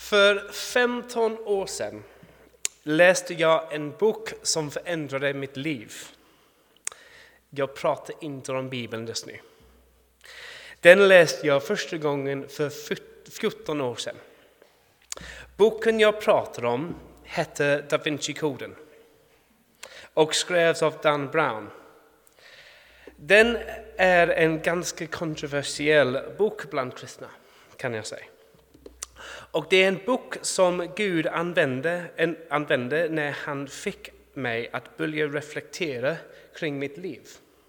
För 15 år sedan läste jag en bok som förändrade mitt liv. Jag pratar inte om Bibeln just nu. Den läste jag första gången för 14 år sedan. Boken jag pratar om hette Da Vinci-koden och skrevs av Dan Brown. Den är en ganska kontroversiell bok bland kristna, kan jag säga. Och det är en bok som Gud använde när han fick mig att börja reflektera kring mitt liv.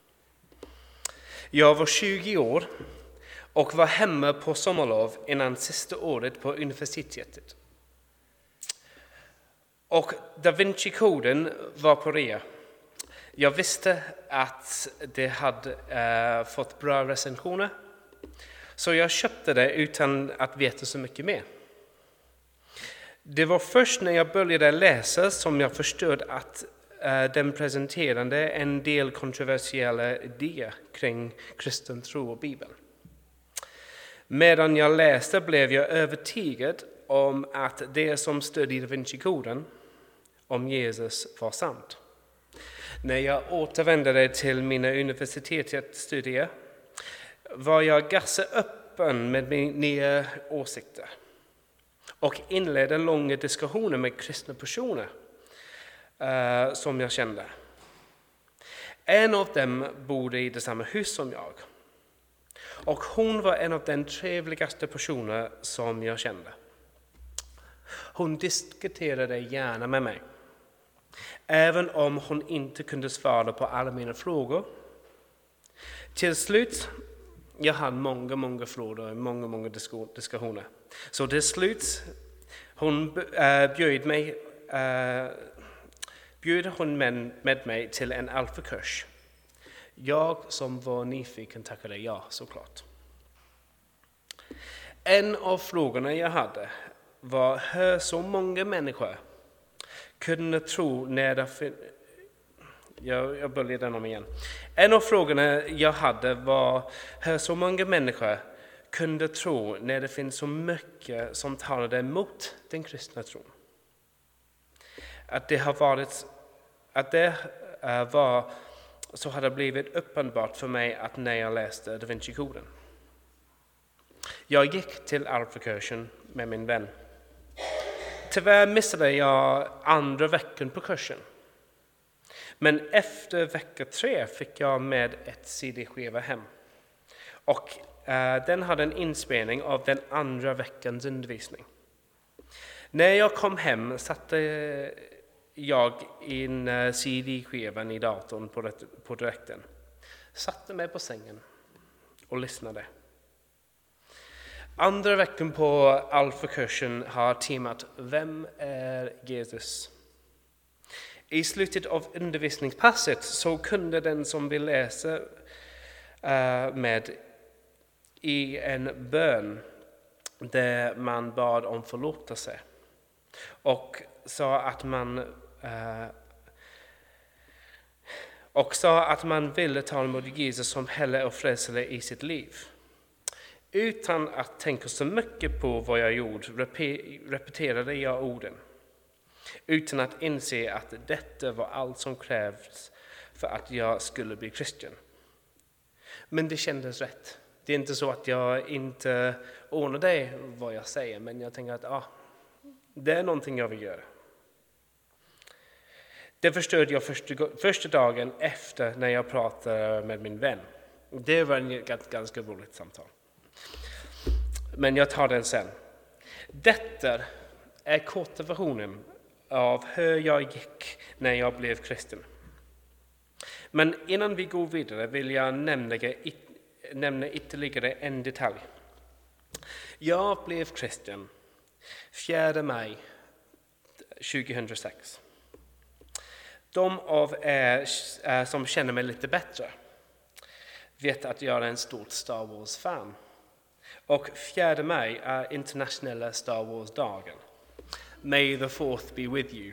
Jag var 20 år och var hemma på sommarlov innan sista året på universitetet. Och Da Vinci-koden var på rea. Jag visste att det hade fått bra recensioner, så jag köpte det utan att veta så mycket mer. Det var först när jag började läsa som jag förstod att den presenterade en del kontroversiella idéer kring kristen tro och Bibeln. Medan jag läste blev jag övertygad om att det som stod i Da Vinci-koden om Jesus var sant. När jag återvände till mina universitetsstudier var jag ganska öppen med mina nya åsikter och inledde långa diskussioner med kristna personer som jag kände. En av dem bodde i samma hus som jag, och hon var en av de trevligaste personer som jag kände. Hon diskuterade gärna med mig, även om hon inte kunde svara på alla mina frågor. Till slut, jag hade många frågor och många diskussioner. Så till slut, hon bjöd hon med mig till en alfakurs. Jag som var nyfiken tackade ja, såklart. En av frågorna jag hade var hur så många människor kunde tro när det jag börjar den om igen. En av frågorna jag hade var hur så många människor kunde tro när det finns så mycket som talade emot den kristna tron. Att det var så hade blivit uppenbart för mig att när jag läste Da Vinci-koden. Jag gick till alfakursen med min vän. Tyvärr missade jag andra veckan på kursen. Men efter vecka 3 fick jag med ett CD-skiva hem. Och den hade en inspelning av den andra veckans undervisning. När jag kom hem satte jag in CD-skivan i datorn på direkten. Satte mig på sängen och lyssnade. Andra veckan på alfakursen har temat Vem är Jesus? I slutet av undervisningspasset så kunde den som vill läsa med i en bön där man bad om förlåtelse och sa att man ville ta emot Jesus som Herre och frälsare i sitt liv. Utan att tänka så mycket på vad jag gjorde repeterade jag orden. Utan att inse att detta var allt som krävs för att jag skulle bli kristen. Men det kändes rätt. Det är inte så att jag inte ordnade vad jag säger, men jag tänker att det är någonting jag vill göra. Det förstod jag första dagen efter när jag pratade med min vän. Det var ett ganska roligt samtal. Men jag tar den sen. Detta är korta versionen av hur jag gick när jag blev kristen. Men innan vi går vidare vill jag nämna ytterligare en detalj. Jag blev kristen 4 maj 2006. De av er som känner mig lite bättre vet att jag är en stor Star Wars-fan. Och 4 maj är internationella Star Wars-dagen. May the 4th be with you.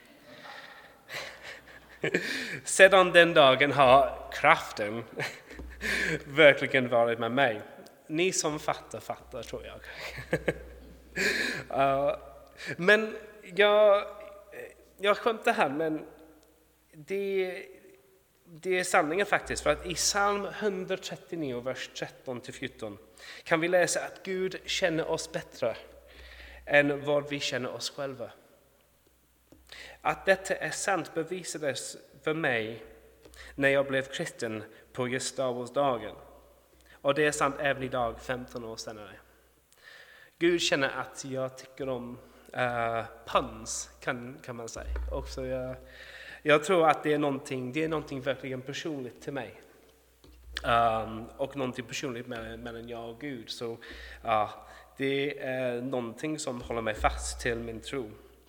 Sedan den dagen har kraften verkligen varit med mig. Ni som fattar tror jag. Men jag skämtar här, men det är sanningen faktiskt. För att i psalm 139, vers 13-14 kan vi läsa att Gud känner oss bättre än vad vi känner oss själva. Att detta är sant bevisades för mig när jag blev kristen på Gustavsdagen. Och det är sant även idag, 15 år senare. Gud känner att jag tycker om puns, kan man säga. Också jag tror att det är någonting verkligen personligt till mig. Och någonting personligt mellan jag och Gud. Så det är någonting som håller mig fast till min tro.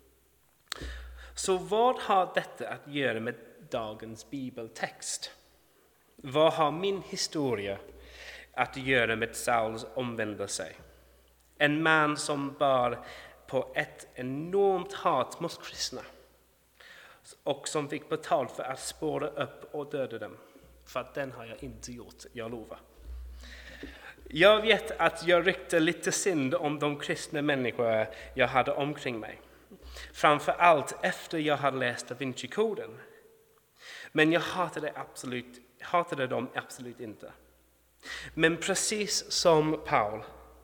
Så vad har detta att göra med dagens bibeltext? Vad har min historia att göra med Sauls omvändelse? En man som bar på ett enormt hat mot kristna och som fick betalt för att spåra upp och döda dem. För att den har jag inte gjort, jag lovar. Jag vet att jag ryckte lite synd om de kristna människor jag hade omkring mig. Framför allt efter jag hade läst Da Vinci-koden. Men jag hatade dem absolut inte. Men precis som Paul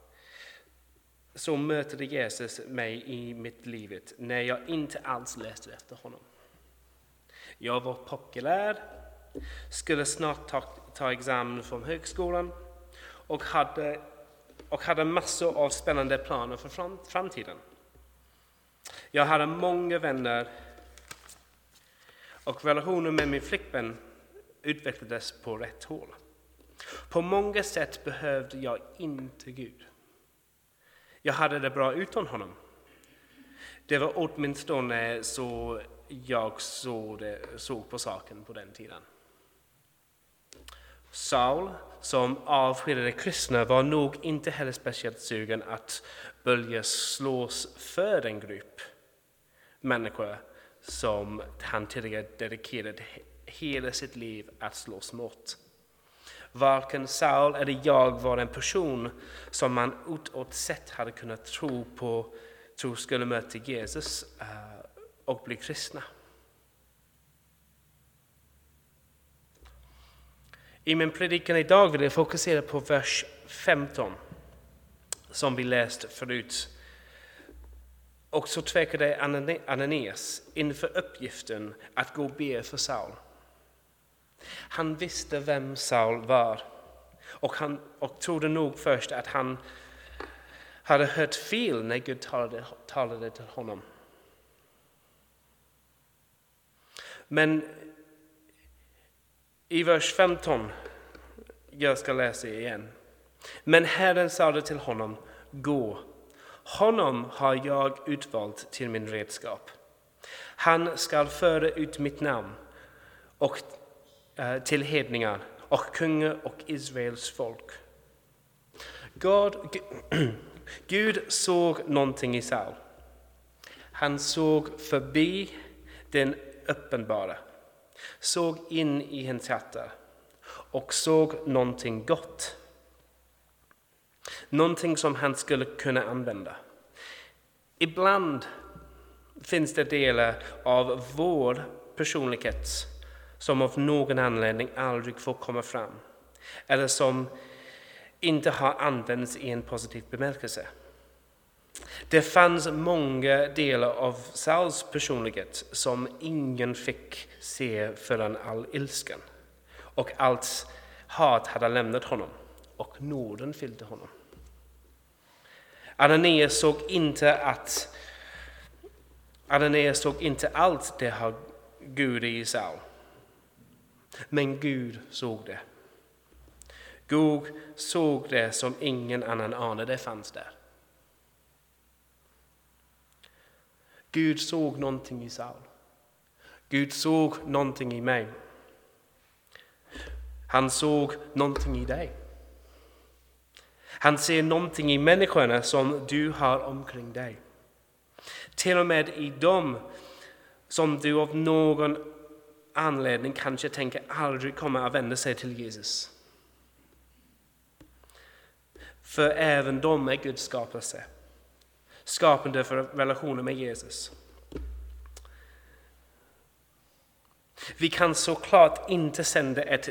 så mötte Jesus mig i mitt liv när jag inte alls läste efter honom. Jag var populär, skulle snart ta examen från högskolan och hade massor av spännande planer för framtiden. Jag hade många vänner och relationen med min flickvän utvecklades på rätt håll. På många sätt behövde jag inte Gud. Jag hade det bra utan honom. Det var åtminstone så jag såg på saken på den tiden. Saul, som avskedade kristna, var nog inte heller speciellt sugen att börja slås för en grupp människor som han tidigare dedikerat hela sitt liv att slås mot. Varken Saul eller jag var en person som man utåt sett hade kunnat tro skulle möta Jesus och bli kristna. I min predikan idag vill jag fokusera på vers 15 som vi läst förut. Och så tvekade Ananias inför uppgiften att gå och be för Saul. Han visste vem Saul var och trodde nog först att han hade hört fel när Gud talade till honom. Men i vers 15, jag ska läsa igen. Men Herren sade till honom, gå. Honom har jag utvalt till min redskap. Han skall föra ut mitt namn och till hedningar och kungar och Israels folk. Gud såg någonting i Saul. Han såg förbi den uppenbara, såg in i hans hjärta och såg någonting gott. Någonting som han skulle kunna använda. Ibland finns det delar av vår personlighet som av någon anledning aldrig får komma fram. Eller som inte har använts i en positiv bemärkelse. Det fanns många delar av Sauls personlighet som ingen fick se förrän all ilskan. Och allt hat hade lämnat honom. Och nåden fyllde honom. Ananias såg inte allt det har Gud i Saul. Men Gud såg det. Gud såg det som ingen annan anade fanns där. Gud såg någonting i Saul. Gud såg någonting i mig. Han såg någonting i dig. Han ser någonting i människorna som du har omkring dig. Till och med i dem som du av någon anledning kanske tänker aldrig kommer att vända sig till Jesus. För även de är Guds skapelse. skapande för relationer med Jesus. Vi kan såklart inte sända ett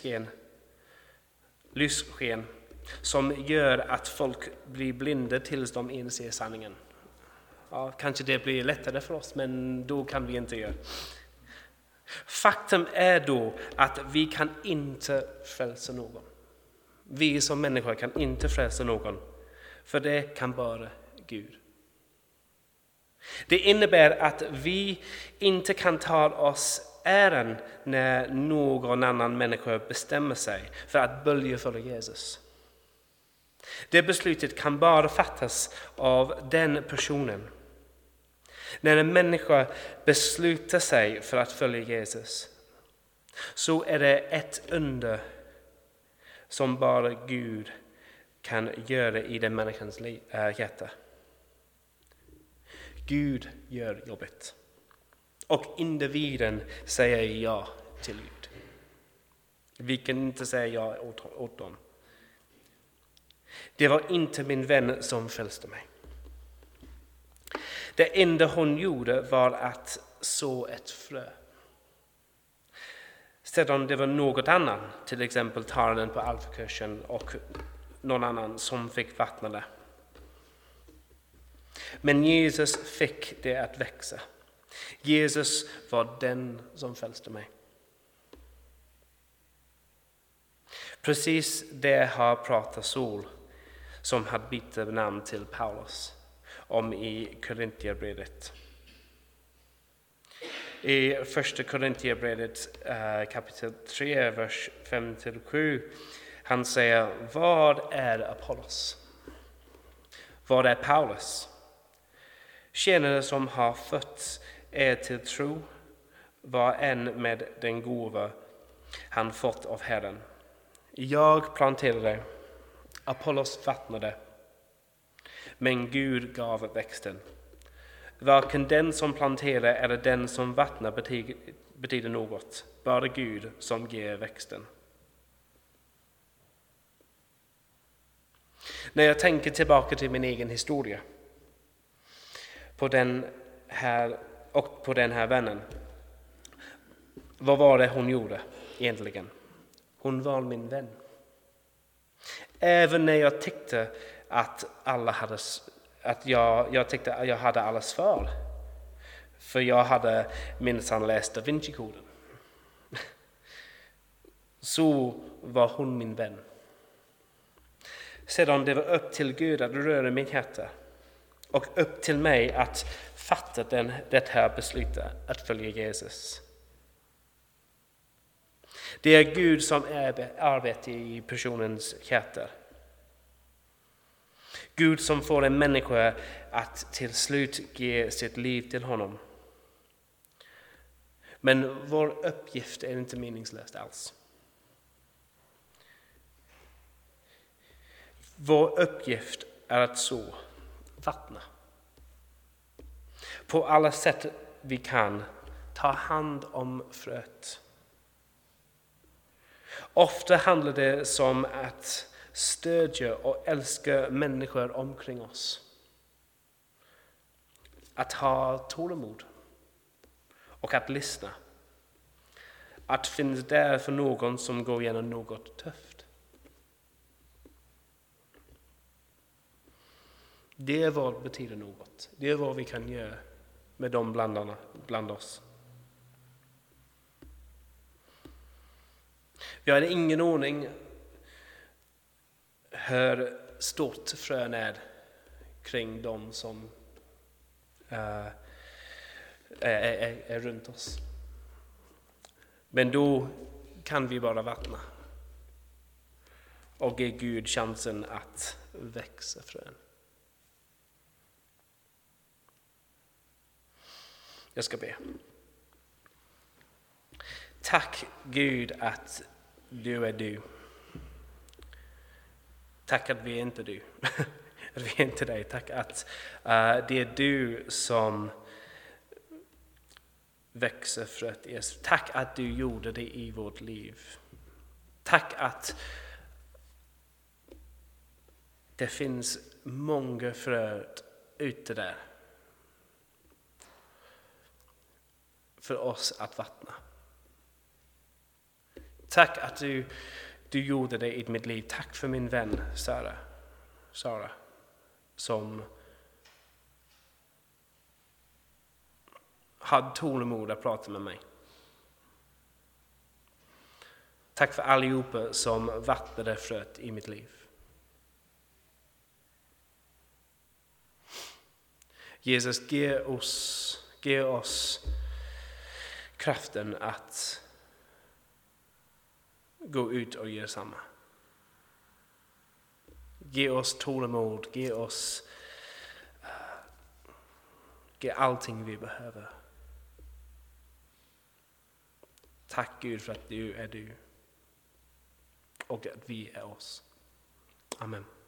lyssken som gör att folk blir blinda tills de inser sanningen. Ja, kanske det blir lättare för oss, men då kan vi inte göra. Faktum är då att vi kan inte frälsa någon. Vi som människor kan inte frälsa någon, för det kan bara Gud. Det innebär att vi inte kan ta oss äran när någon annan människa bestämmer sig för att bölja för Jesus. Det beslutet kan bara fattas av den personen. När en människa beslutar sig för att följa Jesus, så är det ett under som bara Gud kan göra i den människans hjärta. Gud gör jobbet. Och individen säger ja till Gud. Vi kan inte säga ja åt dem. Det var inte min vän som frälste mig. Det enda hon gjorde var att så ett frö. Sedan det var något annan, till exempel talaren på alfakursen och någon annan som fick vattna det. Men Jesus fick det att växa. Jesus var den som frälste mig. Precis det har pratat Saul, som hade bytt namn till Paulus, om i Korintierbrevet. I första Korintierbrevet kapitel 3, vers 5-7, han säger: vad är Apollos? Vad är Paulus? Tjänare som har fött er till tro, var en med den gåva han fått av Herren. Jag planterade, Apollos vattnade, men Gud gav växten. Varken den som planterar eller den som vattnar betyder något, bara Gud som ger växten. När jag tänker tillbaka till min egen historia, på den här vännen, vad var det hon gjorde egentligen? Hon var min vän. Även när jag tyckte att jag tyckte att jag hade alla svar. För jag hade minsann läst Da Vinci-koden. Så var hon min vän. Sedan det var upp till Gud att röra mitt hjärta. Och upp till mig att fatta det här beslutet att följa Jesus. Det är Gud som arbetar i personens hjärta. Gud som får en människa att till slut ge sitt liv till honom. Men vår uppgift är inte meningslös alls. Vår uppgift är att så, vattna. På alla sätt vi kan ta hand om fröet. Ofta handlar det om att stödja och älska människor omkring oss. Att ha tålamod och att lyssna. Att finnas där för någon som går igenom något tufft. Det är vad betyder något. Det är vad vi kan göra med dem bland oss. Vi har ingen ordning hur stort frön är kring dem som är runt oss. Men då kan vi bara vattna och ge Gud chansen att växa frön. Jag ska be. Tack Gud att du är du. Tack att vi är inte du. Att vi är inte dig. Tack att det är du som växer fröet i oss. Tack att du gjorde det i vårt liv. Tack att det finns många fröet ute där för oss att vattna. Tack att du gjorde det i mitt liv. Tack för min vän Sara som hade tålamod att prata med mig. Tack för allihopa som vattnade fröet i mitt liv. Jesus, ge oss kraften att gå ut och göra samma. Ge oss tålamod, ge allting vi behöver. Tack Gud för att du är du och att vi är oss. Amen.